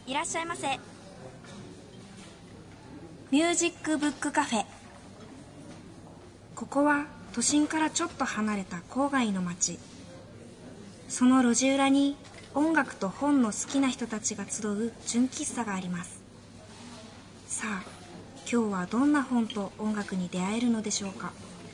いらっしゃいませ。ミュージックブックカフェ。ここは都心からちょっと離れた郊外の町。その路地裏に音楽と本の好きな人たちが集う純喫茶があります。さあ、今日はどんな本と音楽に出会えるのでしょうか。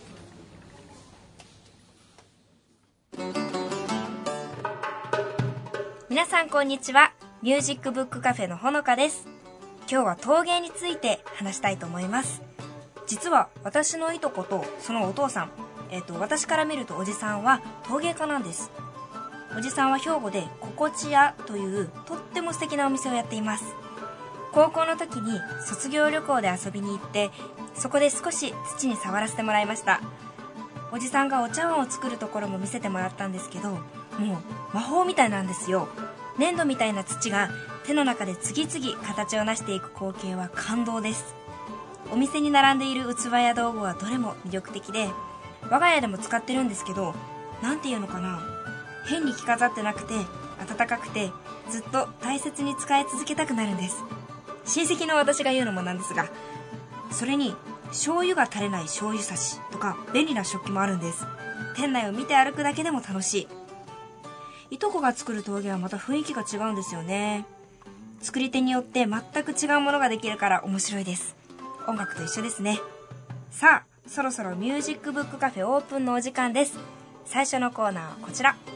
皆さんこんにちは。ミュージックブックカフェのほのかです。今日は陶芸について話したいと思います。実は私のいとことそのお父さん、私から見るとおじさんは陶芸家なんです。おじさんは兵庫で心地屋というとっても素敵なお店をやっています。高校の時に卒業旅行で遊びに行って、そこで少し土に触らせてもらいました。おじさんがお茶碗を作るところも見せてもらったんですけど、もう魔法みたいなんですよ。粘土みたいな土が手の中で次々形を成していく光景は感動です。お店に並んでいる器や道具はどれも魅力的で、我が家でも使ってるんですけど、なんていうのかな、変に着飾ってなくて温かくて、ずっと大切に使い続けたくなるんです。親戚の私が言うのもなんですが、それに醤油が垂れない醤油差しとか便利な食器もあるんです。店内を見て歩くだけでも楽しい。いとこが作る陶芸はまた雰囲気が違うんですよね。作り手によって全く違うものができるから面白いです。音楽と一緒ですね。さあ、そろそろミュージックブックカフェオープンのお時間です。最初のコーナーはこちら。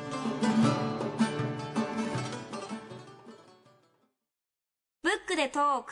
ブックでトーク。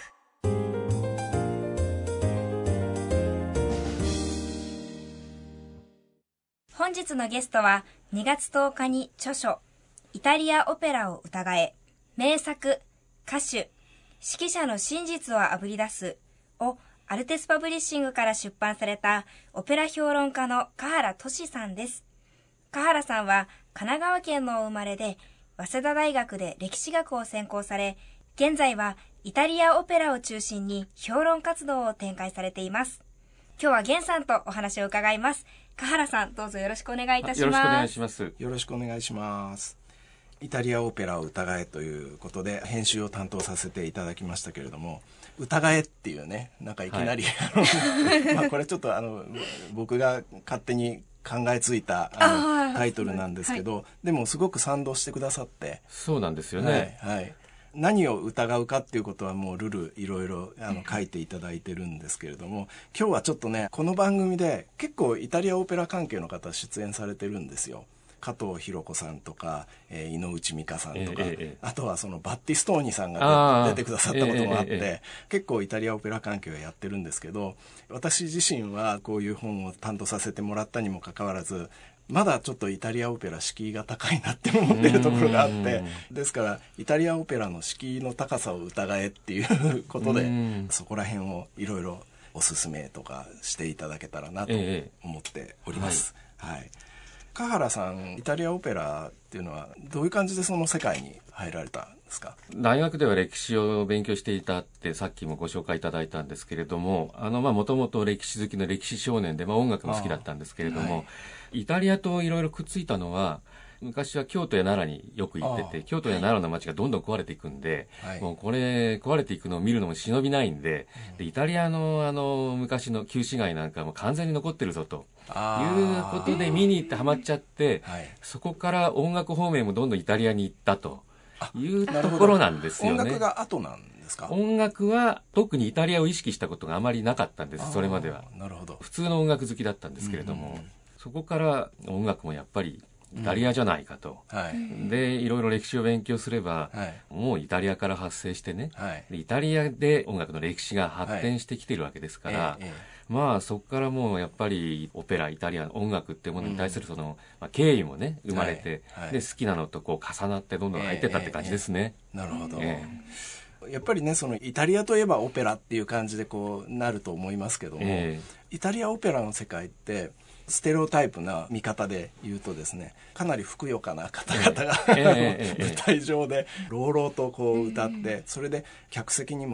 本日のゲストは2月10日に著書イタリアオペラを疑え、名作、歌手、指揮者の真実をあぶり出すをアルテスパブリッシングから出版されたオペラ評論家の香原俊さんです。香原さんは神奈川県のお生まれで、早稲田大学で歴史学を専攻され、現在はイタリアオペラを中心に評論活動を展開されています。今日は源さんとお話を伺います。香原さん、どうぞよろしくお願いいたします。 よろしくお願いします。 よろしくお願いします。イタリアオペラを疑えということで編集を担当させていただきましたけれども、疑えっていうね、なんかいきなり、はいこれちょっと僕が勝手に考えついたタイトルなんですけど、でもすごく賛同してくださって。 そうなんですよね。 はい。何を疑うかっていうことはもうルルいろいろ書いていただいてるんですけれども、今日はちょっとね、この番組で結構イタリアオペラ関係の方出演されてるんですよ。加藤博子さんとか、井ノ内美香さんとか、あとはそのバッティストーニさんが出てくださったこともあって、結構イタリアオペラ関係をやってるんですけど、私自身はこういう本を担当させてもらったにもかかわらず、まだちょっとイタリアオペラ敷居が高いなって思ってるところがあって、ですからイタリアオペラの敷居の高さを疑えっていうことで、そこら辺をいろいろおすすめとかしていただけたらなと思っております。はい。香原さん、イタリアオペラっていうのはどういう感じでその世界に入られたんですか？ 大学では歴史を勉強していたってさっきもご紹介いただいたんですけれども、もともと歴史好きの歴史少年で、音楽も好きだったんですけれども、イタリアといろいろくっついたのは、昔は京都や奈良によく行ってて、京都や奈良の街がどんどん壊れていくんで、もうこれ壊れていくのを見るのも忍びないんで、イタリアの昔の旧市街なんかも完全に残ってるぞということで見に行ってハマっちゃって、そこから音楽方面もどんどんイタリアに行ったというところなんですよね。 音楽が後なんですか？ 音楽は特にイタリアを意識したことがあまりなかったんです。それまでは。 なるほど。 普通の音楽好きだったんですけれども、そこから音楽もやっぱりイタリアじゃないかと、でいろいろ歴史を勉強すれば、もうイタリアから発生してね、イタリアで音楽の歴史が発展してきているわけですから、そこからもうやっぱりオペラ、イタリアの音楽っていうものに対するその、敬意もね生まれて、で好きなのとこう重なってどんどん入ってったって感じですね。 なるほど。やっぱりね、そのイタリアといえばオペラっていう感じでこうなると思いますけども、イタリアオペラの世界ってステレオタイプな見方で言うとですね、かなりふくよかな方々が舞台上で朗々とこう歌って、それで客席にも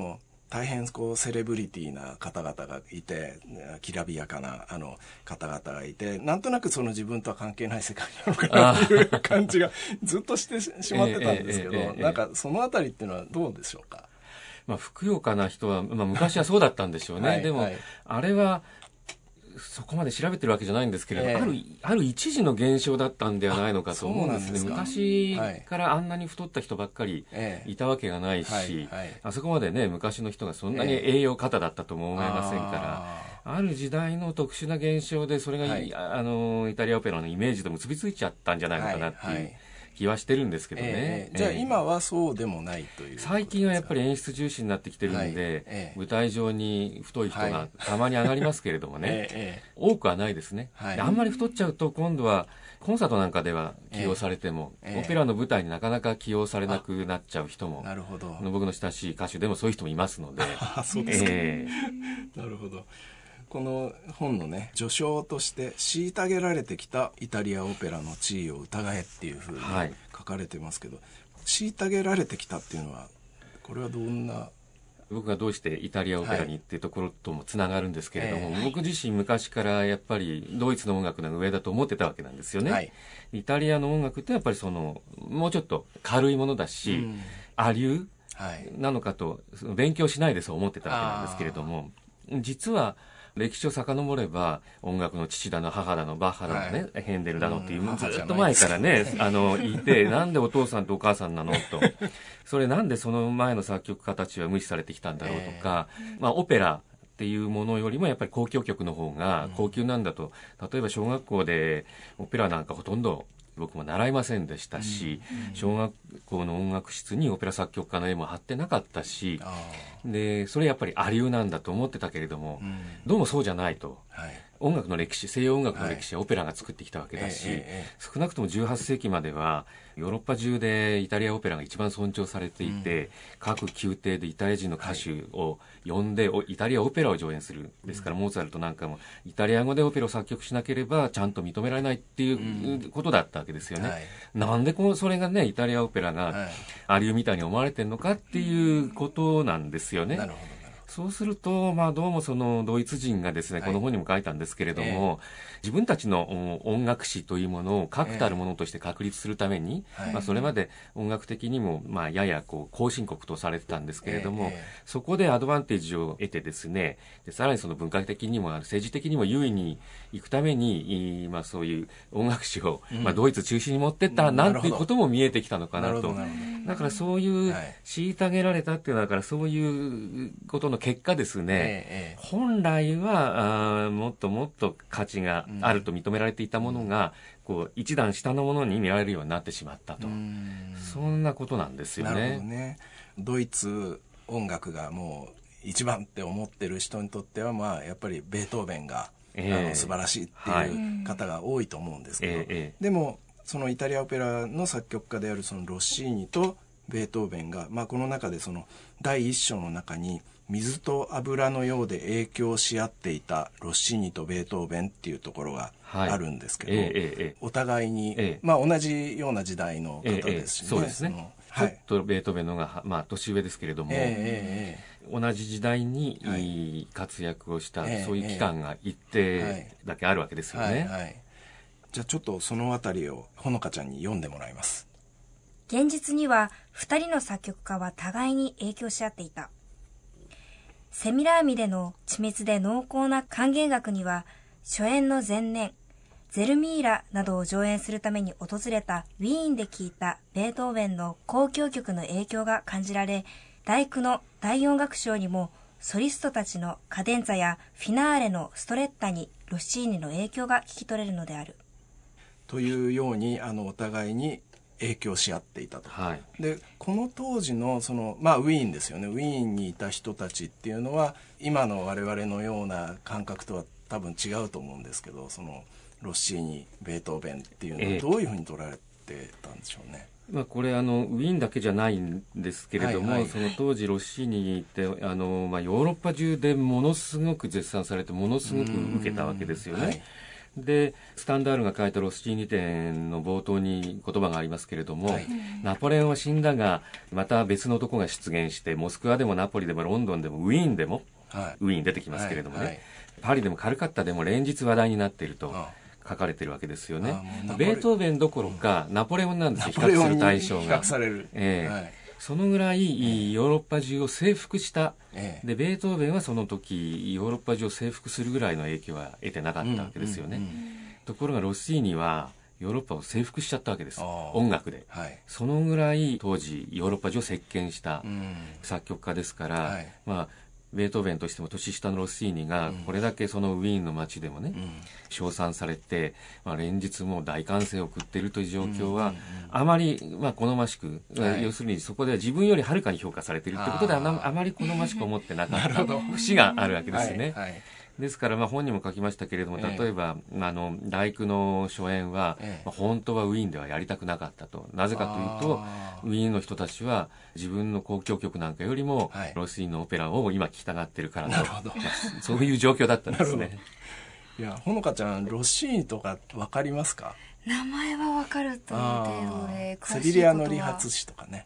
大変こうセレブリティな方々がいて、きらびやかな方々がいて、なんとなくその自分とは関係ない世界なのかなっていう感じがずっとしてしまってたんですけど、なんかそのあたりっていうのはどうでしょうか。 ふくよかな人は、昔はそうだったんでしょうね。でも、あれはそこまで調べてるわけじゃないんですけれど、ある一時の現象だったんではないのかと思うんですね。昔からあんなに太った人ばっかりいたわけがないし、あそこまでね、昔の人がそんなに栄養過多だったとも思えませんから、ある時代の特殊な現象で、それが、イタリアオペラのイメージと結びついちゃったんじゃないのかなっていう気はしてるんですけどね。 じゃあ今はそうでもないという。 最近はやっぱり演出重視になってきてるんで、舞台上に太い人がたまに上がりますけれどもね、多くはないですね。あんまり太っちゃうと今度はコンサートなんかでは起用されても、オペラの舞台になかなか起用されなくなっちゃう人も、 なるほど。 僕の親しい歌手でもそういう人もいますので。 そうですか。なるほど。この本のね、序章として虐げられてきたイタリアオペラの地位を疑えっていうふうに書かれてますけど、虐げられてきたっていうのはこれはどんな。 僕がどうしてイタリアオペラにっていうところともつながるんですけれども、僕自身昔からやっぱりドイツの音楽の上だと思ってたわけなんですよね。イタリアの音楽ってやっぱりもうちょっと軽いものだし、亜流なのかと勉強しないでそう思ってたわけなんですけれども、実は歴史を遡れば音楽の父だの母だのバッハだのね、ヘンデルだのっていうずっと前からねいて、なんでお父さんとお母さんなのと、それなんでその前の作曲家たちは無視されてきたんだろうとか、オペラっていうものよりもやっぱり交響曲の方が高級なんだと。例えば小学校でオペラなんかほとんど僕も習いませんでしたし、小学校の音楽室にオペラ作曲家の絵も貼ってなかったし、でそれやっぱり亜流なんだと思ってたけれども、どうもそうじゃないと。音楽の歴史、西洋音楽の歴史はオペラが作ってきたわけだし、少なくとも18世紀まではヨーロッパ中でイタリアオペラが一番尊重されていて、各宮廷でイタリア人の歌手を呼んで、イタリアオペラを上演する。ですからモーツァルトなんかもイタリア語でオペラを作曲しなければちゃんと認められないっていうことだったわけですよね。なんでそれがね、イタリアオペラが亜流みたいに思われてるのかっていうことなんですよね。 なるほど。 そうすると、どうもそのドイツ人がですね、この本にも書いたんですけれども、自分たちの音楽史というものを確たるものとして確立するために、それまで音楽的にもやや後進国とされてたんですけれども、そこでアドバンテージを得てですね、でさらにその文化的にも政治的にも優位に行くために、そういう音楽史を、ドイツ中心に持ってったなんていうことも見えてきたのかなと。だからそういう虐げられたっていうのは、だからそういうことの結果ですね、本来はもっともっと価値があると認められていたものが、一段下のものに見られるようになってしまったと、そんなことなんですよね。 なるほどね。ドイツ音楽がもう一番って思ってる人にとっては、やっぱりベートーベンが、素晴らしいっていう方が多いと思うんですけど、でもそのイタリアオペラの作曲家であるそのロッシーニとベートーベンが、この中でその第一章の中に水と油のようで影響し合っていたロッシーニとベートーベンっていうところがあるんですけど、お互いに、同じような時代の方ですしね。 そうですね。ちょっとベートーベンの方が、年上ですけれども、同じ時代に活躍をした、そういう期間が一定だけあるわけですよね。 じゃあちょっとそのあたりをほのかちゃんに読んでもらいます。 現実には2人の作曲家は互いに影響し合っていた。セミラーミでの緻密で濃厚な管弦楽には、初演の前年、ゼルミーラなどを上演するために訪れたウィーンで聴いたベートーベンの交響曲の影響が感じられ、第9の第4楽章にもソリストたちのカデンツァやフィナーレのストレッタにロッシーニの影響が聞き取れるのである。 というようにお互いに影響し合っていたと。でこの当時のウィーンですよね。ウィーンにいた人たちっていうのは今の我々のような感覚とは多分違うと思うんですけど、そのロッシーニ、ベートーベンっていうのはどういうふうに捉えてたんでしょうね。 これウィーンだけじゃないんですけれども、その当時ロッシーニってヨーロッパ中でものすごく絶賛されてものすごく受けたわけですよね。 でスタンダールが書いたロスチーニ展の冒頭に言葉がありますけれども、 はい、 ナポレオンは死んだがまた別の男が出現して、モスクワでもナポリでもロンドンでもウィーンでも、 はい、 ウィーン出てきますけれどもね、 はいはい、 パリでもカルカッタでも連日話題になっていると書かれているわけですよね。ベートーベンどころかナポレオンなんですよ、比較する対象が。 比較される、はい、 そのぐらいヨーロッパ中を征服した、でベートーベンはその時ヨーロッパ中を征服するぐらいの影響は得てなかったわけですよね、ところがロッシーニはヨーロッパを征服しちゃったわけです、音楽で、はい、そのぐらい当時ヨーロッパ中を席巻した作曲家ですから、はい、まあベートーベンとしても年下のロッシーニがこれだけそのウィーンの街でもね、称賛されて、まあ、連日もう大歓声を送っているという状況はあまりまあ好ましく、要するにそこでは自分よりはるかに評価されているということであまり好ましく思ってなかった節があるわけですよね。はいはい、ですからまあ本にも書きましたけれども、例えば第九の初演は、本当はウィーンではやりたくなかったと。なぜかというとウィーンの人たちは自分の交響曲なんかよりも、ロッシーニのオペラを今聴きたがってるからと、そういう状況だったんですね。 いや、ほのかちゃんロッシーニとか分かりますか？ 名前は分かるという程度で、 セビリアの理髪師とかね。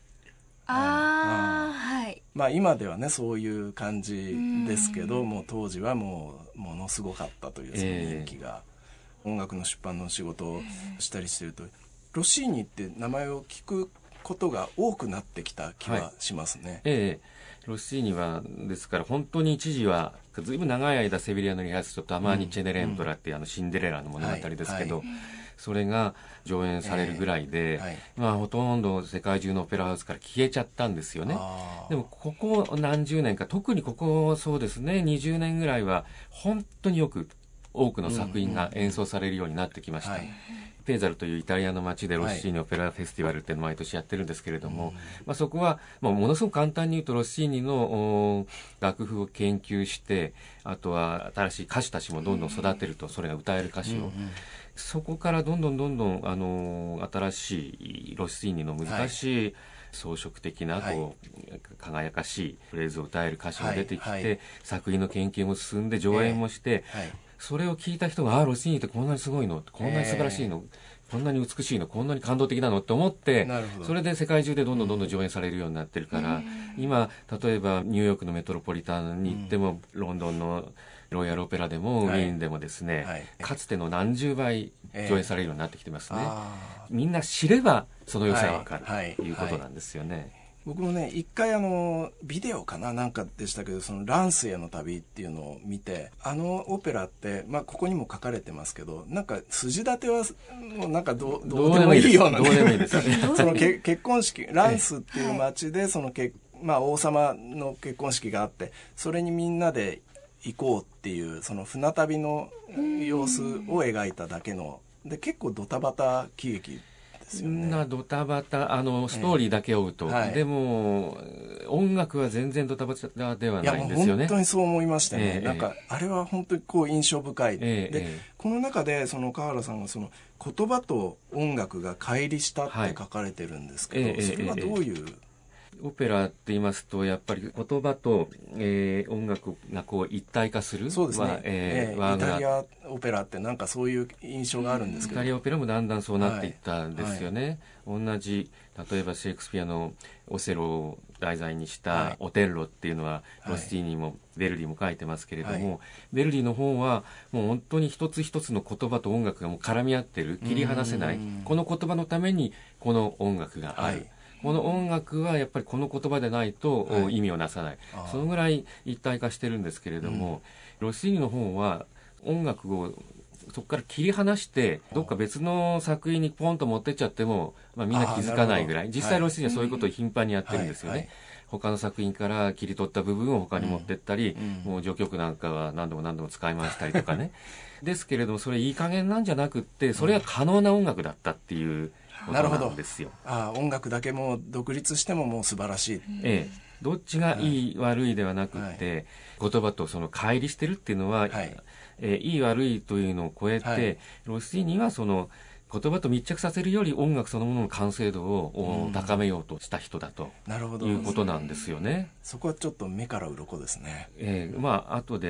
はい。 まあ今ではねそういう感じですけど、もう当時はもうものすごかったというその人気が、音楽の出版の仕事をしたりしてると、ロッシーニって名前を聞くことが多くなってきた気はしますね。 ロッシーニはですから本当に一時はずいぶん長い間セビリアのリハスとアマーニ・チェネレントラっていうシンデレラの物語ですけど、それが上演されるぐらいで、まあ、ほとんど世界中のオペラハウスから消えちゃったんですよね。でもここ何十年か、特にここそうですね20年ぐらいは本当によく多くの作品が演奏されるようになってきました。ペーザルというイタリアの街でロッシーニオペラフェスティバルっていうのを毎年やってるんですけれども、まあ、そこは、まあ、ものすごく簡単に言うとロッシーニの楽譜を研究して、あとは新しい歌手たちもどんどん育てると、それが歌える歌手を、そこからどんどん新しいロッシーニの難しい装飾的なこう、輝かしいフレーズを歌える歌手が出てきて、作品の研究も進んで上演もして、それを聞いた人がロッシーニってこんなにすごいの、こんなに素晴らしいの、こんなに美しいの、こんなに感動的なのって思って、それで世界中でどんどん上演されるようになってるから、今例えばニューヨークのメトロポリタンに行っても、ロンドンのロイヤルオペラでもウィーンでもですね、かつての何十倍上演されるようになってきてますね。みんな知ればその良さが分かるということなんですよね。 僕もね一回ビデオかなんかでしたけど、そのランスへの旅っていうのを見て、オペラって、まあ、ここにも書かれてますけど、なんか筋立てはもうなんかどうでもいいような、ね、その結婚式、ランスっていう町でそのまあ、王様の結婚式があって、それにみんなで行こうっていうその船旅の様子を描いただけので、結構ドタバタ喜劇ですよね。 ドタバタストーリーだけを追うと、でも音楽は全然ドタバタではないんですよね。 いやもう本当にそう思いましたね。なんかあれは本当にこう印象深い、でこの中でその川原さんがその言葉と音楽が乖離したって書かれてるんですけど、それはどういう、 オペラって言いますとやっぱり言葉と、音楽がこう一体化する。 そうですね、イタリアオペラってなんかそういう印象があるんですけど、 イタリアオペラもだんだんそうなっていったんですよね。同じ例えばシェイクスピアのオセロを題材にしたオテッロっていうのは、ロスティーニもヴェルディも書いてますけれども、ヴェルディの方はもう本当に一つ一つの言葉と音楽がもう絡み合ってる、切り離せない、この言葉のためにこの音楽がある、この音楽はやっぱりこの言葉でないと意味をなさない、そのぐらい一体化してるんですけれども、ロッシーニの方は音楽をそこから切り離してどっか別の作品にポンと持ってっちゃっても、まあ、みんな気づかないぐらい、実際ロッシーニはそういうことを頻繁にやってるんですよね。他の作品から切り取った部分を他に持ってったり、もう序曲なんかは何度も使い回したりとかねですけれども、それいい加減なんじゃなくって、それが可能な音楽だったっていうことなんですよ。 音楽だけも独立してももう素晴らしい、 どっちがいい、悪いではなくって、言葉とその乖離してるっていうのは、いい悪いというのを超えて、ロッシーニはその言葉と密着させるより音楽そのものの完成度を高めようとした人だということなんですよね。 そこはちょっと目から鱗ですね。 まあ後で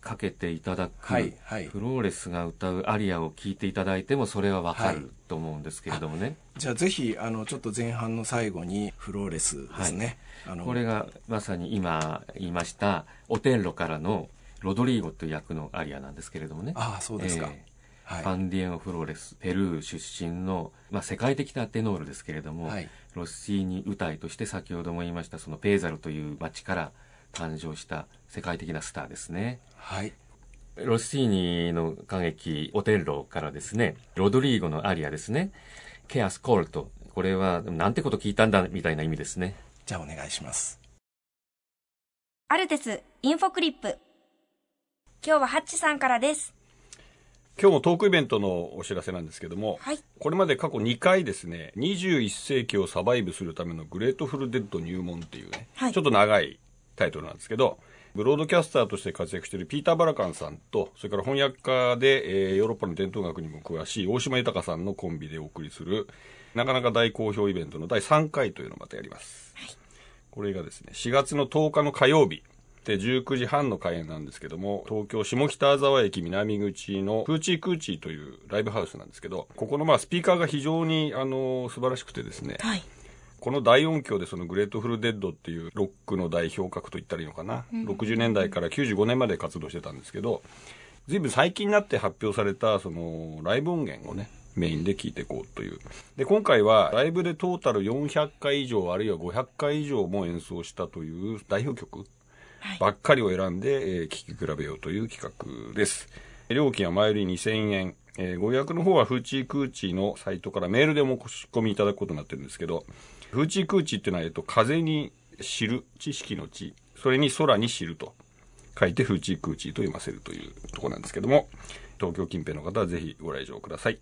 かけていただく、 はいはい、 フローレスが歌うアリアを聴いていただいてもそれはわかると思うんですけれどもね、 じゃあぜひちょっと前半の最後にフローレスですね、 これがまさに今言いましたオテンロからのロドリーゴという役のアリアなんですけれどもね。 そうですか、 ファンディエン・フローレス、ペルー出身の、世界的なテノールですけれども、ロッシーニ歌いとして先ほども言いましたそのペーザルという町から誕生した世界的なスターですね。ロッシーニの歌劇オテンロからですね、ロドリーゴのアリアですね、ケアスコルト、これはなんてこと聞いたんだみたいな意味ですね。 じゃあお願いします。 アルテスインフォクリップ、今日はハッチさんからです。 今日もトークイベントのお知らせなんですけども、これまで過去2回ですね、21世紀をサバイブするためのグレートフルデッド入門っていうね、ちょっと長いタイトルなんですけど、ブロードキャスターとして活躍しているピーター・バラカンさんと、それから翻訳家で、ヨーロッパの伝統学にも詳しい大島豊さんのコンビでお送りするなかなか大好評イベントの第3回というのをまたやります、これがですね4月の10日の火曜日で19時半の開演なんですけども、東京下北沢駅南口のクーチークーチーというライブハウスなんですけど、ここのスピーカーが非常に素晴らしくてですね、この大音響でそのグレートフルデッドっていうロックの代表格と言ったらいいのかな、60年代から95年まで活動してたんですけど、随分最近になって発表されたそのライブ音源をねメインで聴いていこうという。で今回はライブでトータル400回以上あるいは500回以上も演奏したという代表曲ばっかりを選んで聴き比べようという企画です。料金は前売り2000円、ご予約の方はフーチークーチーのサイトからメールでお申し込みいただくことになってるんですけど、フーチークーチーっていうのは、風に知る、知識の知、それに空に知ると書いてフーチークーチーと読ませるというところなんですけども、東京近辺の方はぜひご来場ください。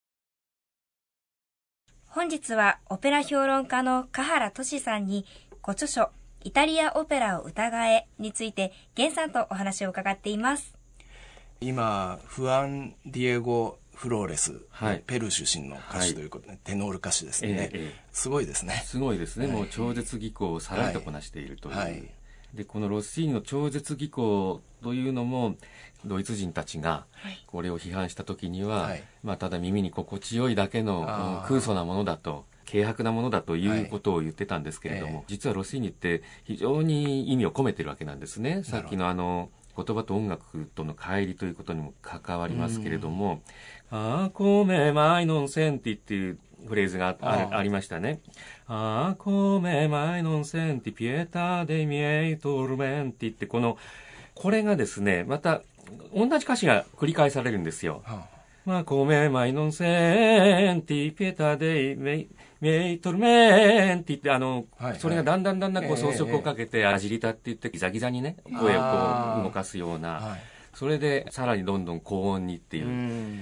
本日はオペラ評論家の香原俊さんにご著書イタリアオペラを疑えについて源さんとお話を伺っています。 今フアン・ディエゴ・フローレス、ペルー出身の歌手ということで、テノール歌手ですね、すごいですね。 すごいですね、もう超絶技巧をさらりとこなしているという、でこのロッシーニの超絶技巧というのもドイツ人たちがこれを批判した時には、ただ耳に心地よいだけの空想なものだと、軽薄なものだということを言ってたんですけれども、実はロッシーニって非常に意味を込めてるわけなんですね。さっきの言葉と音楽との乖離ということにも関わりますけれども、あーコメマイノンセンティっていうフレーズが ありましたね。あーコメマイノンセンティピエタデミエイトルメンティってこれがですね、また同じ歌詞が繰り返されるんですよ。コメマイノンセンティピエタデメイトルメンティってそれがだんだん装飾をかけてアジリタって言ってギザギザにね声を動かすような、それでさらにどんどん高音にっていう、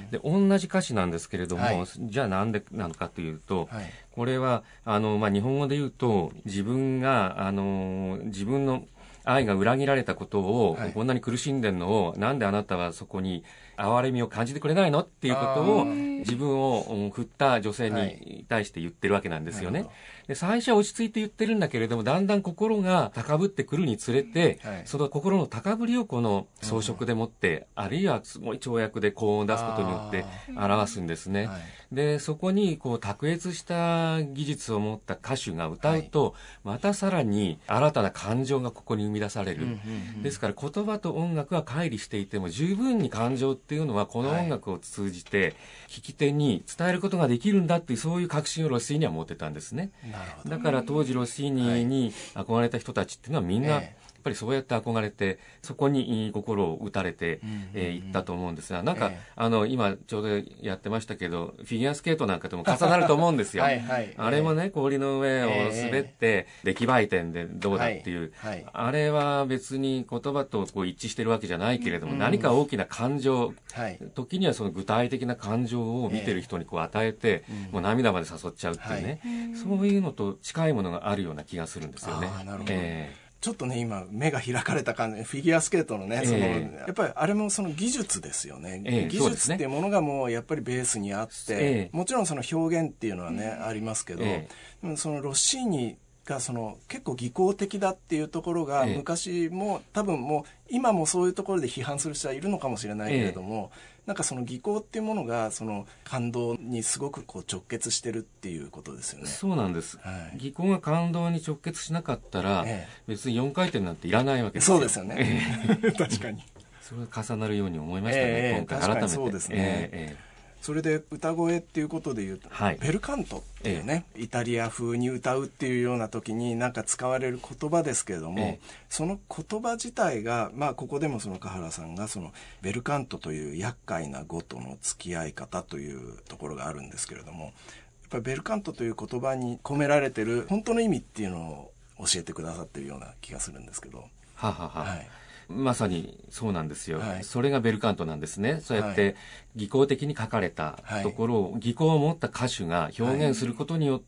で同じ歌詞なんですけれども、じゃあなんでなのかというと、これは日本語で言うと自分の愛が裏切られたことを、こんなに苦しんでるのをなんであなたはそこに哀れみを感じてくれないのっていうことを自分を振った女性に対して言ってるわけなんですよね。で最初は落ち着いて言ってるんだけれども、だんだん心が高ぶってくるにつれて、その心の高ぶりをこの装飾でもって、あるいはすごい跳躍で高音を出すことによって表すんですね。でそこに卓越した技術を持った歌手が歌うと、またさらに新たな感情がここに生み出される。ですから言葉と音楽は乖離していても十分に感情っていうのはこの音楽を通じて聴き手に伝えることができるんだっていう、そういう確信をロッシーニは持ってたんですね。だから当時ロッシーニに憧れた人たちっていうのはみんな、やっぱりそうやって憧れて、そこに心を打たれていったと思うんですが、なんか今ちょうどやってましたけど、フィギュアスケートなんかとも重なると思うんですよ。あれもね、氷の上を滑って出来栄え点でどうだっていう、あれは別に言葉と一致してるわけじゃないけれども、何か大きな感情、時にはその具体的な感情を見てる人に与えて、もう涙まで誘っちゃうっていうね、そういうのと近いものがあるような気がするんですよね。 ちょっとね今目が開かれた感じ、フィギュアスケートのね、やっぱりあれもその技術ですよね、技術っていうものがもうやっぱりベースにあって、もちろんその表現っていうのはね、ありますけど、そのロッシーニが結構技巧的だっていうところが昔も多分もう今もそういうところで批判する人はいるのかもしれないけれども、なんかその技巧っていうものが感動にすごく直結してるっていうことですよね。 そうなんです、 はい、 技巧が感動に直結しなかったら、別に4回転なんていらないわけですよ。 そうですよね、確かにそれが重なるように思いましたね、今回改めて。 確かにそうですね、それで歌声っていうことでいうと、ベルカントっていうね、イタリア風に歌うっていうような時になんか使われる言葉ですけれども、その言葉自体が、ここでも香原さんがベルカントという厄介な語との付き合い方というところがあるんですけれども、やっぱりベルカントという言葉に込められてる本当の意味っていうのを教えてくださってるような気がするんですけど。 まさにそうなんですよ、それがベルカントなんですね。そうやって技巧的に書かれたところを、技巧を持った歌手が表現することによって、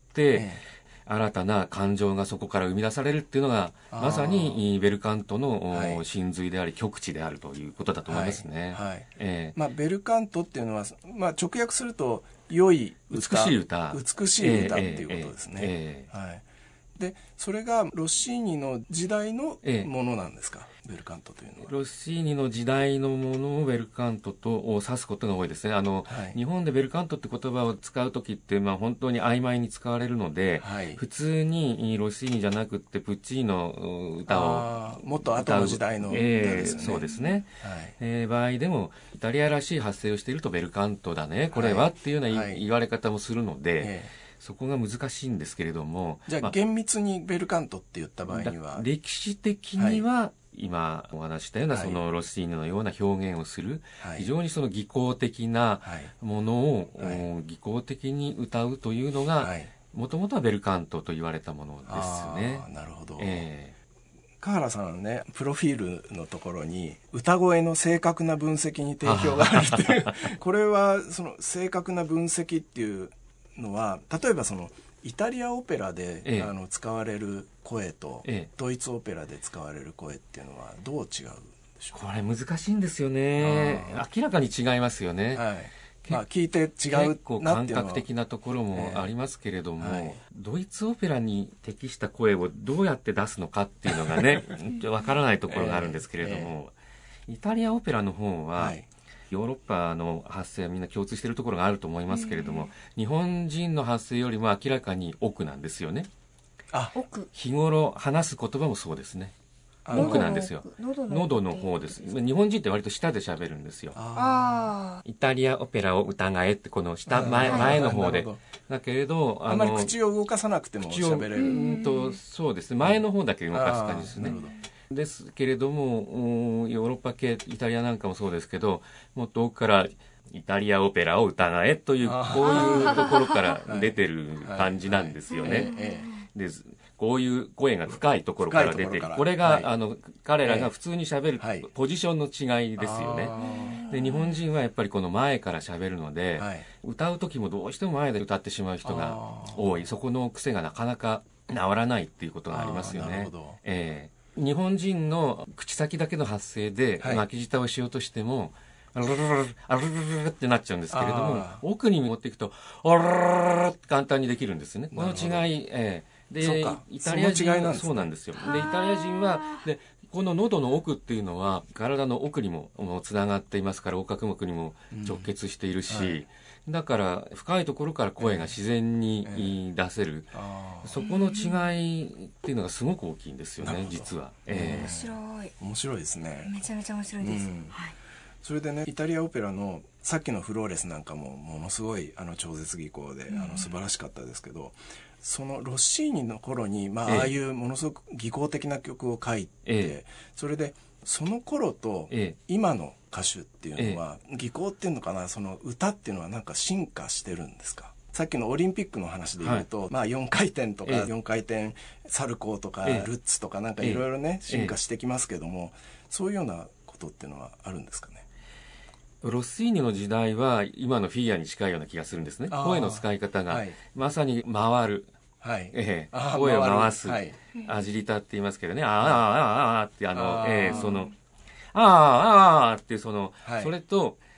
新たな感情がそこから生み出されるっていうのがまさにベルカントの真髄であり極致であるということだと思いますね。 ベルカントっていうのは、直訳すると良い歌、 美しい歌、 美しい歌っていうことですね。でそれがロッシーニの時代のものなんですか、ベルカントというのは。 ロッシーニの時代のものをベルカントと指すことが多いですね。日本でベルカントって言葉を使う時って、本当に曖昧に使われるので、普通にロッシーニじゃなくってプッチーノ歌をもっと後の時代の歌ですよね。 そうですね、場合でもイタリアらしい発声をしているとベルカントだねこれは、っていうような言われ方もするので、そこが難しいんですけれども。 じゃあ厳密にベルカントって言った場合には、 歴史的には、今お話したようなそのロッシーニのような表現をする、非常にその技巧的なものを、技巧的に歌うというのがもともとはベルカントと言われたものですね。 なるほど。香原さんね、プロフィールのところに歌声の正確な分析に定評があるっていうこれは正確な分析っていうのは、例えばイタリアオペラで、使われる声と、ドイツオペラで使われる声っていうのはどう違うでしょうか。 これ難しいんですよね。明らかに違いますよね。 聞いて違う結構感覚的なところもありますけれども、ドイツオペラに適した声をどうやって出すのかっていうのがねわからないところがあるんですけれども、イタリアオペラの方は、ヨーロッパの発声はみんな共通しているところがあると思いますけれども、日本人の発声よりも明らかに奥なんですよね。日頃話す言葉もそうですね。奥なんですよ。喉の方です。日本人って割と下で喋るんですよ。イタリアオペラを疑えってこの下前の方で。だけれどあまり口を動かさなくても喋れる。 そうですね。前の方だけ動かす感じですね。ですけれどもヨーロッパ系イタリアなんかもそうですけど、もっと奥からイタリアオペラを疑えというこういうところから出てる感じなんですよね。でこういう声が深いところから出てる、これが、彼らが普通に喋るポジションの違いですよね。で日本人はやっぱりこの前から喋るので、歌う時もどうしても前で歌ってしまう人が多い。そこの癖がなかなか治らないっていうことがありますよね。日本人の口先だけの発声で巻き舌をしようとしても、アルルルルアルルルルってなっちゃうんですけれども、奥に持っていくとアルルルルって簡単にできるんですね。この違い、でイタリア人はそうなんですよ。でイタリア人はでこの喉の奥っていうのは体の奥にもつながっていますから、横隔膜にも直結しているし、だから深いところから声が自然に出せる、そこの違いっていうのがすごく大きいんですよね、実は。 面白いですね。 めちゃめちゃ面白いです。 それでね、イタリアオペラのさっきのフローレスなんかもものすごい超絶技巧で素晴らしかったですけど、そのロッシーニの頃に、ああいうものすごく技巧的な曲を書いて、それでその頃と今の歌手っていうのは、技巧っていうのかな、その歌っていうのはなんか進化してるんですか。さっきのオリンピックの話で言うと、4回転とか4回転サルコーとかルッツとかなんかいろいろね、進化してきますけども、そういうようなことっていうのはあるんですかね。 ロッシーニの時代は今のフィギュアに近いような気がするんですね。声の使い方が、まさに回る、声を回す、アジリタって言いますけどね、ってそのっていうそれと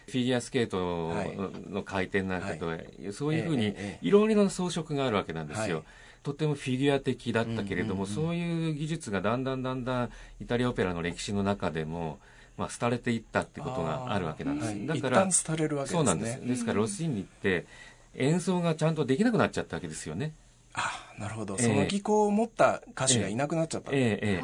フィギュアスケートの回転なんかと、そういうふうにいろいろな装飾があるわけなんですよ。とてもフィギュア的だったけれども、そういう技術がだんだんイタリアオペラの歴史の中でも、廃れていったってことがあるわけなんです。 だから一旦廃れるわけですね。 そうなんです。ですからロッシーニって演奏がちゃんとできなくなっちゃったわけですよね。 なるほど。その技巧を持った歌手がいなくなっちゃった。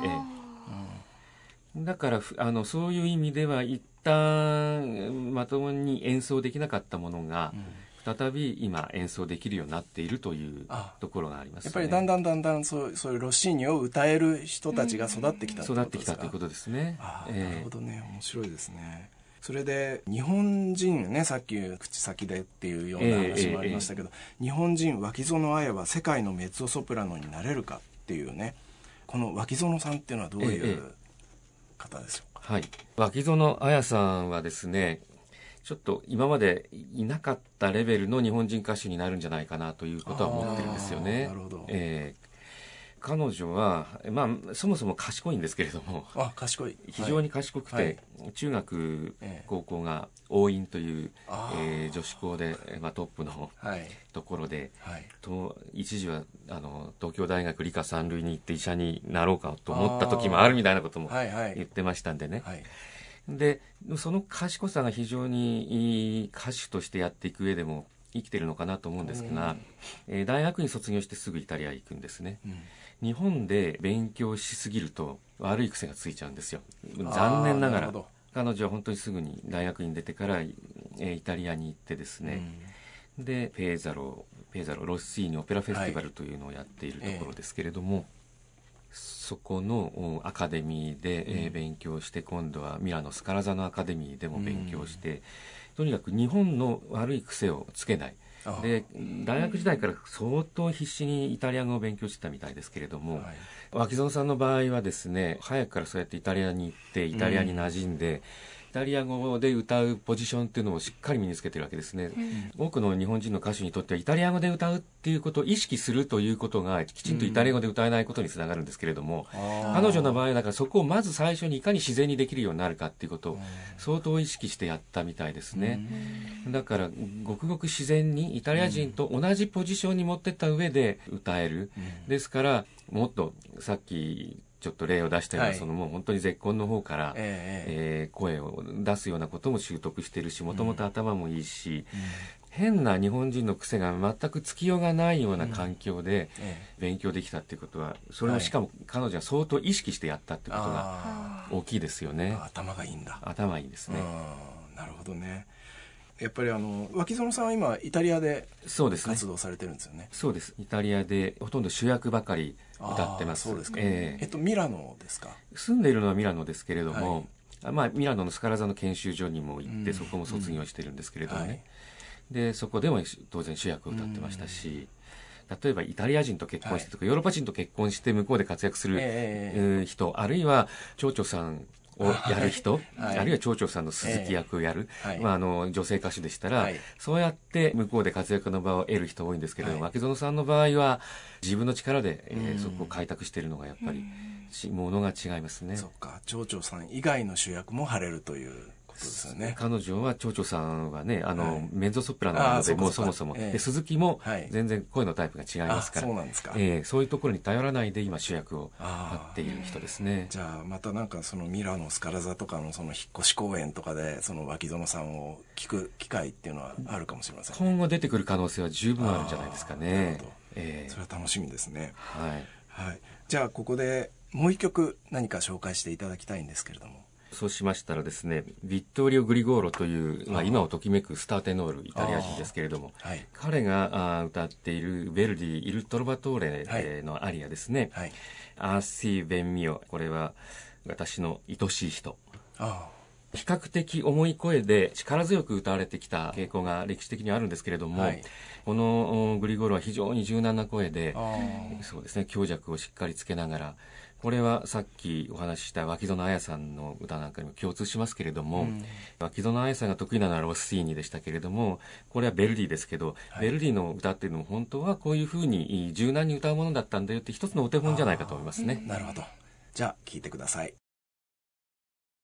だからそういう意味では一旦まともに演奏できなかったものが、再び今演奏できるようになっているというところがありますね。 やっぱりだんだんそういうロッシーニを歌える人たちが育ってきたってことですか。 育ってきたということですね。 なるほどね。面白いですね。それで日本人ね、さっき口先でっていうような話もありましたけど、日本人脇園彩は世界のメッツォソプラノになれるかっていうね、この脇園さんっていうのはどういう方でしょうか。 脇園彩さんはですね、ちょっと今までいなかったレベルの日本人歌手になるんじゃないかなということは思ってるんですよね。 なるほど。 彼女は、そもそも賢いんですけれども、 賢い。 非常に賢くて、中学、高校が桜蔭という、女子校で、トップのところで、一時は東京大学理科三類に行って医者になろうかと思った時もあるみたいなことも言ってましたんでね。でその賢さが非常にいい歌手としてやっていく上でも生きてるのかなと思うんですが、大学院卒業してすぐイタリアへ行くんですね。日本で勉強しすぎると悪い癖がついちゃうんですよ。残念ながら彼女は本当にすぐに大学院出てからイタリアに行ってですね、でペーザロロッシーニオペラフェスティバルというのをやっているところですけれども、そこのアカデミーで勉強して、今度はミラノスカラザのアカデミーでも勉強して、とにかく日本の悪い癖をつけない。で大学時代から相当必死にイタリア語を勉強してたみたいですけれども、脇園さんの場合はですね、早くからそうやってイタリアに行ってイタリアに馴染んで、イタリア語で歌うポジションっていうのをしっかり身につけてるわけですね。多くの日本人の歌手にとってはイタリア語で歌うっていうことを意識するということがきちんとイタリア語で歌えないことにつながるんですけれども、彼女の場合だからそこをまず最初にいかに自然にできるようになるかっていうことを相当意識してやったみたいですね。だからごくごく自然にイタリア人と同じポジションに持ってった上で歌える。ですからもっとさっきちょっと例を出したような、そのもう本当に絶根の方から、声を出すようなことも習得しているし、もともと頭もいいし、変な日本人の癖が全くつきようがないような環境で勉強できたっていうことは、それをしかも彼女は相当意識してやったってことが大きいですよね。 頭がいいんだ。 頭いいですね。 なるほどね。やっぱり脇園さんは今イタリアで活動されてるんですよね。 そうです。イタリアでほとんど主役ばかり歌ってます。 そうですか。ミラノですか。 住んでいるのはミラノですけれども、ミラノのスカラ座の研修所にも行って、そこも卒業してるんですけれどもね、でそこでも当然主役を歌ってましたし、例えばイタリア人と結婚してとか、ヨーロッパ人と結婚して向こうで活躍する人、あるいは蝶々さんをやる人、あるいは蝶々さんの鈴木役をやる、女性歌手でしたら、そうやって向こうで活躍の場を得る人多いんですけど、脇園さんの場合は自分の力で、そこを開拓しているのがやっぱりものが違いますね。 そっか、蝶々さん以外の主役も張れるということですよね。 彼女は蝶々さんはね、メンゾソプラノなので、もうそもそも、で鈴木も全然声のタイプが違いますから、 そうなんですか。 そういうところに頼らないで今主役を張っている人ですね。 じゃあまたなんかそのミラノスカラ座とかのその引っ越し公演とかでその脇園さんを聞く機会っていうのはあるかもしれませんね。 今後出てくる可能性は十分あるんじゃないですかね。 なるほど。それは楽しみですね。じゃあここでもう一曲何か紹介していただきたいんですけれども。 そうしましたらですね、ビットーリオ・グリゴーロという、今をときめくスターテノール、イタリア人ですけれども、彼が歌っているヴェルディ・イル・トロバトーレのアリアですね、アーシー・ベンミオ、これは私の愛しい人。比較的重い声で力強く歌われてきた傾向が歴史的にあるんですけれども、このグリゴーロは非常に柔軟な声で、そうですね、強弱をしっかりつけながら、これはさっきお話しした脇園彩さんの歌なんかにも共通しますけれども、脇園彩さんが得意なのはロッシーニでしたけれども、これはベルディですけど、ベルディの歌っていうのも本当はこういうふうに柔軟に歌うものだったんだよって一つのお手本じゃないかと思いますね。 なるほど。じゃあ聴いてください。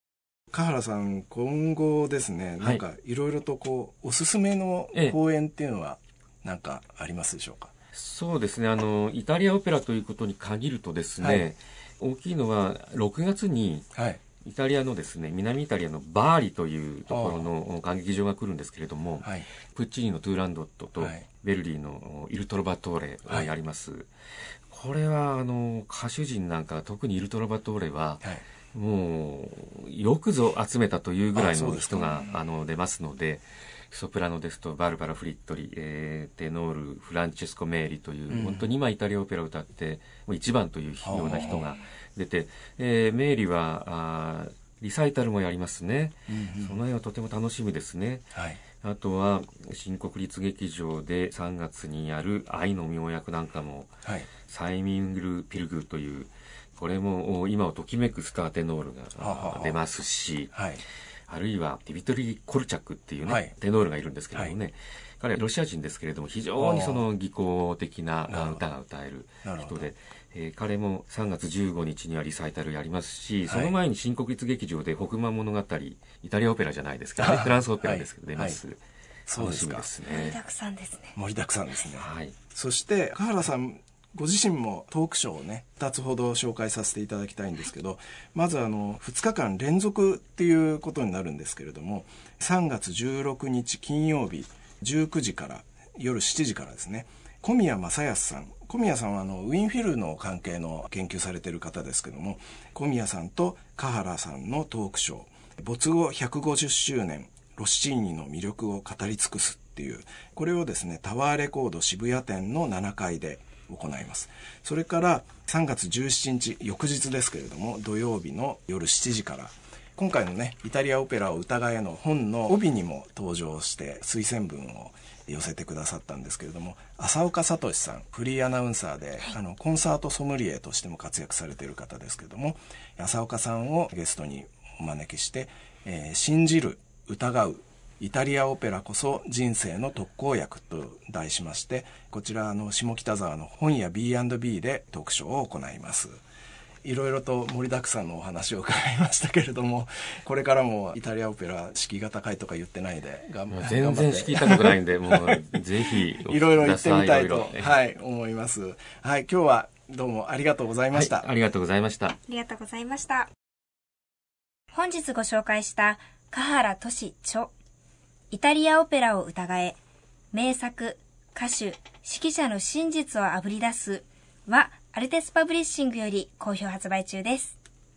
香原さん、今後ですね、なんかいろいろとこうおすすめの公演っていうのはなんかありますでしょうか？ そうですね、イタリアオペラということに限るとですね、大きいのは6月に、イタリアのですね、南イタリアのバーリというところの歌劇場が来るんですけれども、プッチーニのトゥーランドットとベルディのイルトロバトーレをやります。これは歌手陣なんか特にイルトロバトーレは、もうよくぞ集めたというぐらいの人が出ますので、ソプラノですとバルバラ・フリットリ、テノールフランチェスコ・メーリという、本当に今イタリアオペラを歌ってもう一番というような人が出て、メーリはリサイタルもやりますね、その辺はとても楽しみですね、あとは新国立劇場で3月にやる愛の妙薬なんかも、サイミングル・ピルグというこれも今をときめくスターテノールが出ますし、あるいはディビトリー・コルチャクっていうね、テノールがいるんですけれどもね、彼はロシア人ですけれども非常にその技巧的な歌が歌える人で、彼も3月15日にはリサイタルやりますし、その前に新国立劇場で北満物語、イタリアオペラじゃないですけどね、フランスオペラですけど出ます。楽しみですね。 盛りだくさんですね。 盛りだくさんですね。そして香原さんご自身もトークショーをね2つほど紹介させていただきたいんですけど、まず2日間連続っていうことになるんですけれども、3月16日金曜日19時から夜7時からですね、小宮正康さん、小宮さんはウィンフィルの関係の研究されている方ですけども、小宮さんと香原さんのトークショー、没後150周年ロッシーニの魅力を語り尽くすっていう、これをですねタワーレコード渋谷店の7階で行います。それから3月17日翌日ですけれども、土曜日の夜7時から今回のねイタリアオペラを疑えの本の帯にも登場して推薦文を寄せてくださったんですけれども、浅岡聡さん、フリーアナウンサーでコンサートソムリエとしても活躍されている方ですけれども、浅岡さんをゲストにお招きして、信じる疑うイタリアオペラこそ人生の特効薬と題しまして、こちら下北沢の本屋 B&B でトークショーを行います。いろいろと盛りだくさんのお話を伺いましたけれども、これからもイタリアオペラ敷居が高いとか言ってないで全然敷居高くないんでもうぜひいろいろ行ってみたいと思います。今日はどうもありがとうございました。 ありがとうございました。 ありがとうございました。本日ご紹介した香原俊著イタリアオペラを疑え、名作、歌手、指揮者の真実をあぶり出すはアルテスパブリッシングより好評発売中です。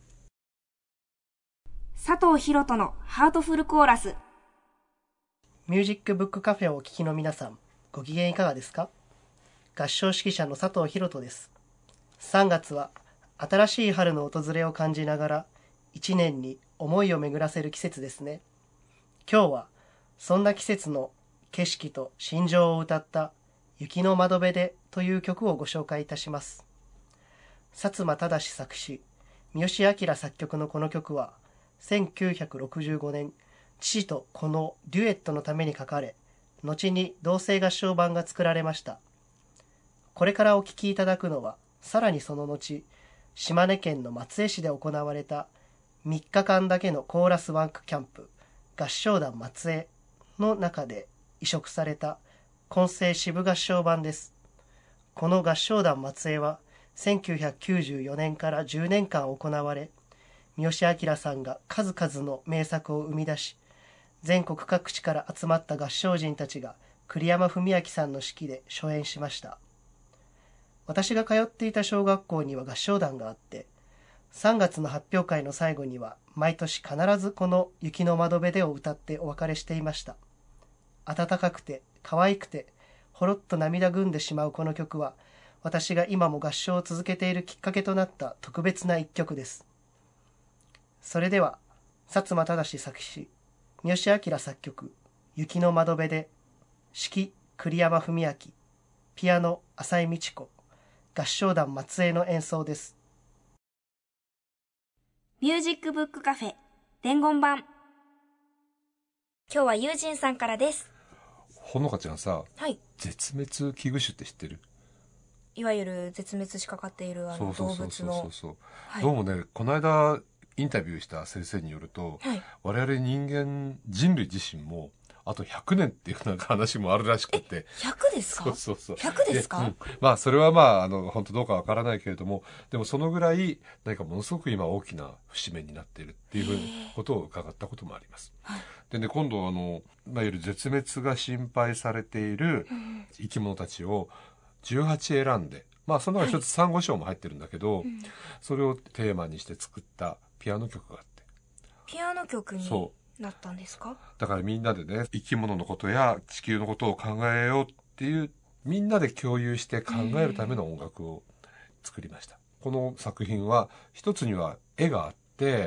佐藤博人のハートフルコーラス。 ミュージックブックカフェをお聞きの皆さん、ご機嫌いかがですか？合唱指揮者の佐藤博人です。3月は新しい春の訪れを感じながら、1年に思いを巡らせる季節ですね。今日はそんな季節の景色と心情を歌った雪の窓辺でという曲をご紹介いたします。薩摩忠作詞、三好明作曲のこの曲は、1965年、父と子のデュエットのために書かれ、後に同声合唱版が作られました。これからお聴きいただくのは、さらにその後、島根県の松江市で行われた3日間だけのコーラスワークキャンプ、合唱団松江の中で移植された混声支部合唱版です。この合唱団松江は1994年から10年間行われ、三好明さんが数々の名作を生み出し、全国各地から集まった合唱人たちが栗山文明さんの指揮で初演しました。私が通っていた小学校には合唱団があって、3月の発表会の最後には毎年必ずこの雪の窓辺でを歌ってお別れしていました。暖かくて可愛くてほろっと涙ぐんでしまうこの曲は、私が今も合唱を続けているきっかけとなった特別な一曲です。それでは薩摩忠作詞、三好明作曲、雪の窓辺で、指揮栗山文明、ピアノ浅井美智子、合唱団松江の演奏です。 ミュージックブックカフェ伝言版。今日は友人さんからです。 ほのかちゃんさ、絶滅危惧種って知ってる？ いわゆる絶滅しかかっている動物の。 どうもね、この間インタビューした先生によると、我々人類自身もあと100年っていうなんか話もあるらしくて。 100ですか？ そう。 100ですか？ まあそれは本当どうかわからないけれども、でもそのぐらい何かものすごく今大きな節目になっているっていうふうなことを伺ったこともあります。でね、今度いわゆる絶滅が心配されている生き物たちを18選んで、その中に一つサンゴ礁も入ってるんだけど、それをテーマにして作ったピアノ曲があって。 ピアノ曲になったんですか？ だからみんなでね、生き物のことや地球のことを考えようっていう、みんなで共有して考えるための音楽を作りました。この作品は一つには絵があって、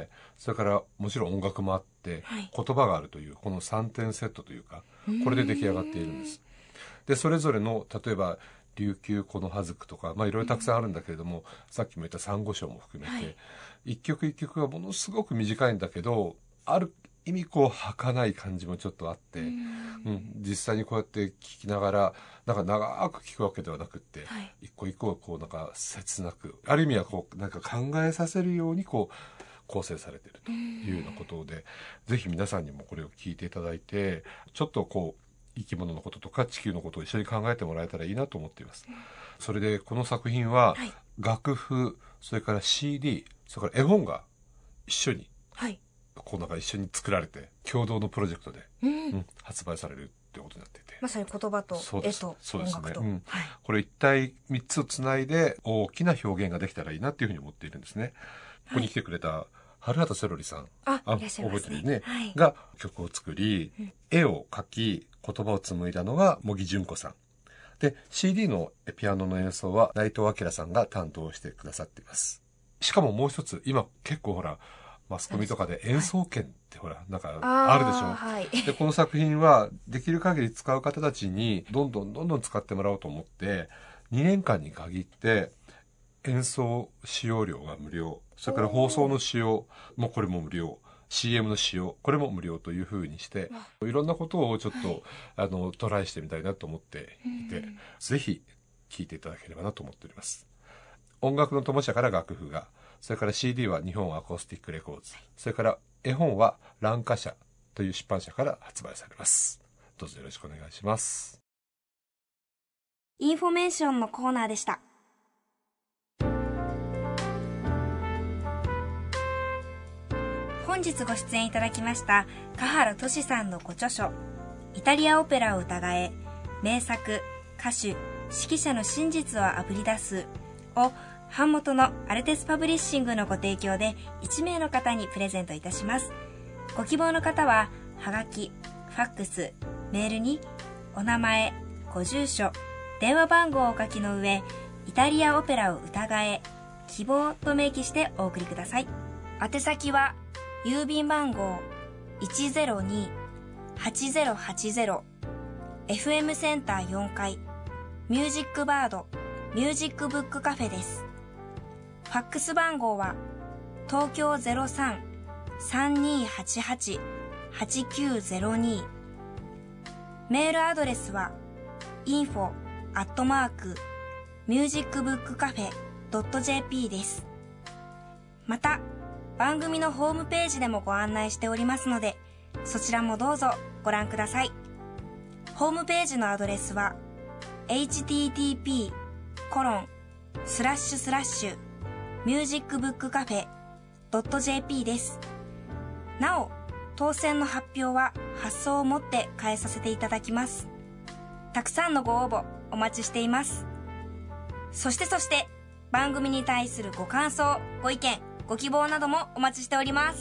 それからもちろん音楽もあって、言葉があるというこの3点セットというか、これで出来上がっているんです。でそれぞれの例えば琉球この葉づくとか、いろいろたくさんあるんだけれども、さっきも言ったサンゴ礁も含めて、一曲一曲がものすごく短いんだけど、ある意味儚い感じもちょっとあって、実際にこうやって聴きながらなんか長く聴くわけではなくって、一個一個なんか切なく、ある意味はなんか考えさせるように構成されているというようなことで、ぜひ皆さんにもこれを聴いていただいて、ちょっと生き物のこととか地球のことを一緒に考えてもらえたらいいなと思っています。それでこの作品は楽譜、それから CD、それから絵本が一緒に、なんか一緒に作られて共同のプロジェクトで、発売されるってことになっていて、 まさに言葉と絵と音楽と、 これ一体3つをつないで大きな表現ができたらいいなっていうふうに思っているんですね。ここに来てくれた春畑セロリさん、 いらっしゃいますね、 覚えてるね、が曲を作り、絵を描き言葉を紡いだのが茂木純子さんで、 CD のピアノの演奏は内藤明さんが担当してくださっています。しかももう一つ、今結構マスコミとかで演奏権ってなんかあるでしょ、でこの作品はできる限り使う方たちにどんどん使ってもらおうと思って、2年間に限って演奏使用料が無料、それから放送の使用もこれも無料、 CM の使用これも無料というふうにして、いろんなことをちょっと、トライしてみたいなと思っていて、ぜひ聴いていただければなと思っております。音楽の友社から楽譜が、それから CD は日本アコースティックレコーズ、それから絵本は蘭花社という出版社から発売されます。どうぞよろしくお願いします。 インフォメーションのコーナーでした。本日ご出演いただきました香原俊さんのご著書、イタリアオペラを疑え、名作、歌手、指揮者の真実をあぶり出すを版元のアルテスパブリッシングのご提供で1名の方にプレゼントいたします。ご希望の方ははがき、ファックス、メールにお名前、ご住所、電話番号をお書きの上、イタリアオペラを疑え、希望と明記してお送りください。宛先は郵便番号 102-8080 FM センター4階ミュージックバードミュージックブックカフェです。ファックス番号は東京 03-3288-8902、 メールアドレスは info@musicbookcafe.jp です。また番組のホームページでもご案内しておりますので、そちらもどうぞご覧ください。ホームページのアドレスは http://musicbookcafe.jp です。なお、当選の発表は発送をもって返させていただきます。たくさんのご応募お待ちしています。そして番組に対するご感想、ご意見、ご希望などもお待ちしております。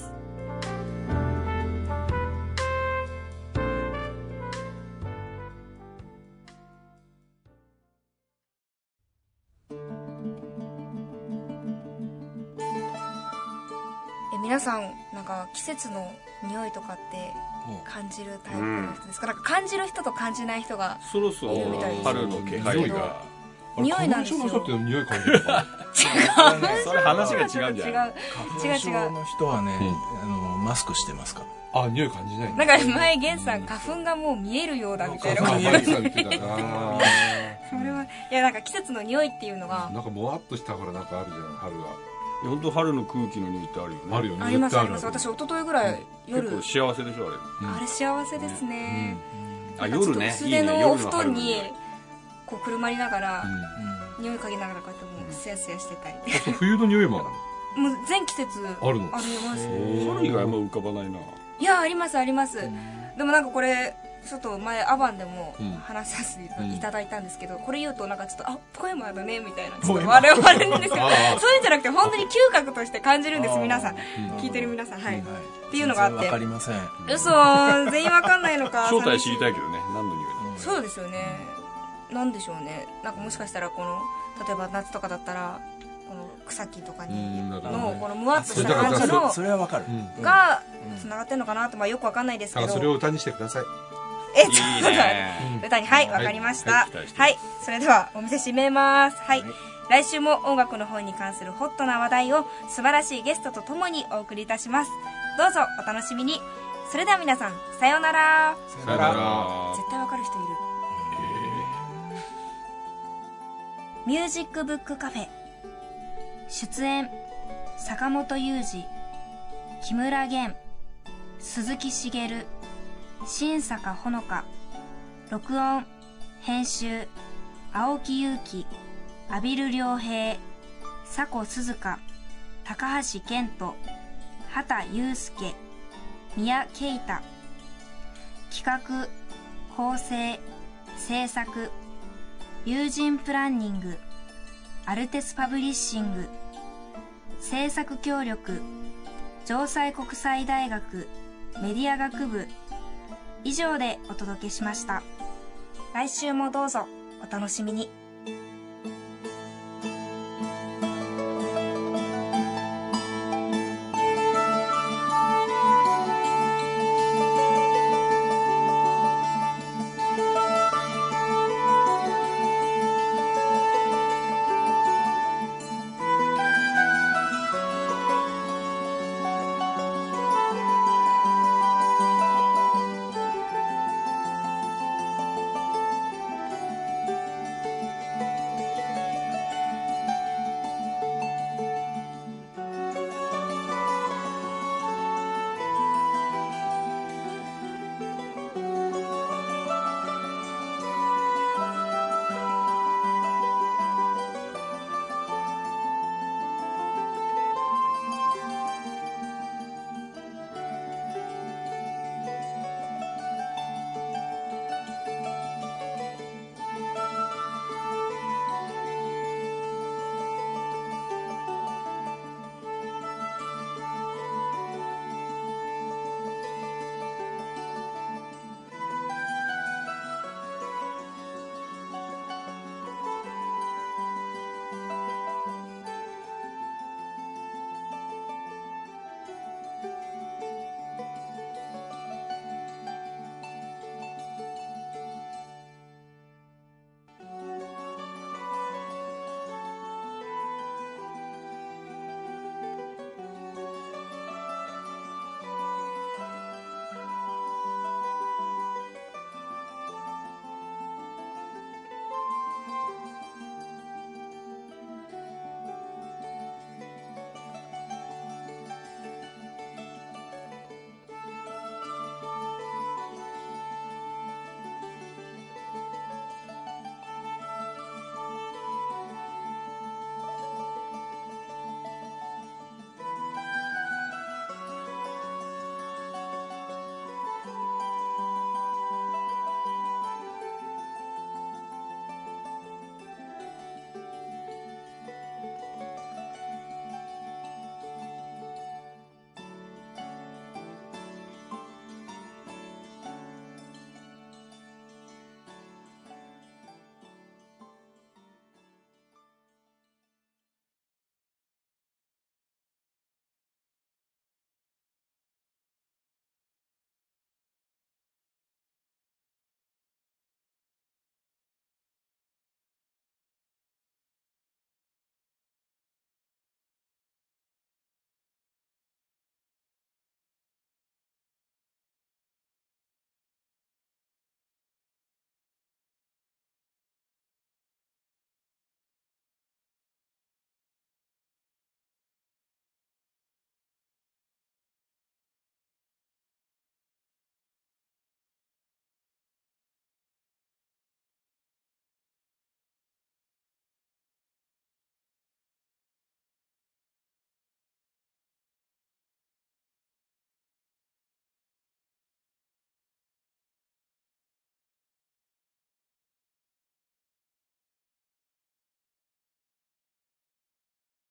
皆さんなんか季節の匂いとかって感じるタイプの人ですか？なんか感じる人と感じない人がいるみたいです。 春の気配が匂いなんですよ。 花粉症の人って匂い感じるのかそれ話が違うんじゃない？ 花粉症の人はね、マスクしてますか？ 匂い感じない。 なんか前ゲンさん花粉がもう見えるようだみたいなこと言ってたな。それはいやなんか季節の匂いっていうのがなんかもわっとしたほらなんかあるじゃん、春は。 本当春の空気の匂いってあるよね。 あるよね。 ありますあります。 絶対私一昨日ぐらい夜、 結構幸せでしょあれ。 あれ幸せですね。 あ、夜ね。 薄手のお布団にいいねこうくるまりながら、匂い嗅ぎながらこうやってもうすやすやしてたり。 あと冬の匂いもあるもう全季節あるのあります。 春以外あんま浮かばないな。 いやありますあります。でもなんかこれちょっと前アバンでも話させていただいたんですけど、これ言うとなんかちょっとポエマーだねみたいなちょっと笑われるんですけど、そういうんじゃなくて本当に嗅覚として感じるんです。皆さん聞いてる皆さん、はい、っていうのがあって。 わかりません。 嘘、全員わかんないのか。 正体知りたいけどね、何の匂いなの。 そうですよね。なんでしょうね。なんかもしかしたらこの例えば夏とかだったらこの草木とかにのこのムワっとした感じのそれはわかるがつながってるのかなって、まあよくわかんないですけど。 それを歌にしてください。 ちょっと歌に、はい、わかりました。はい、それではお店閉めます。はい、来週も音楽の本に関するホットな話題を素晴らしいゲストとともにお送りいたします。どうぞお楽しみに。それでは皆さん、さようなら。 さようなら。 絶対わかる人いる。ミュージックブックカフェ。出演、坂本雄二、木村玄、鈴木茂、新坂ほのか。録音、編集、青木祐希、阿比留良平、佐古鈴香、高橋健人、畑祐介、宮慶太。企画、構成、制作、友人プランニング、アルテスパブリッシング。制作協力、城西国際大学メディア学部。以上でお届けしました。来週もどうぞお楽しみに。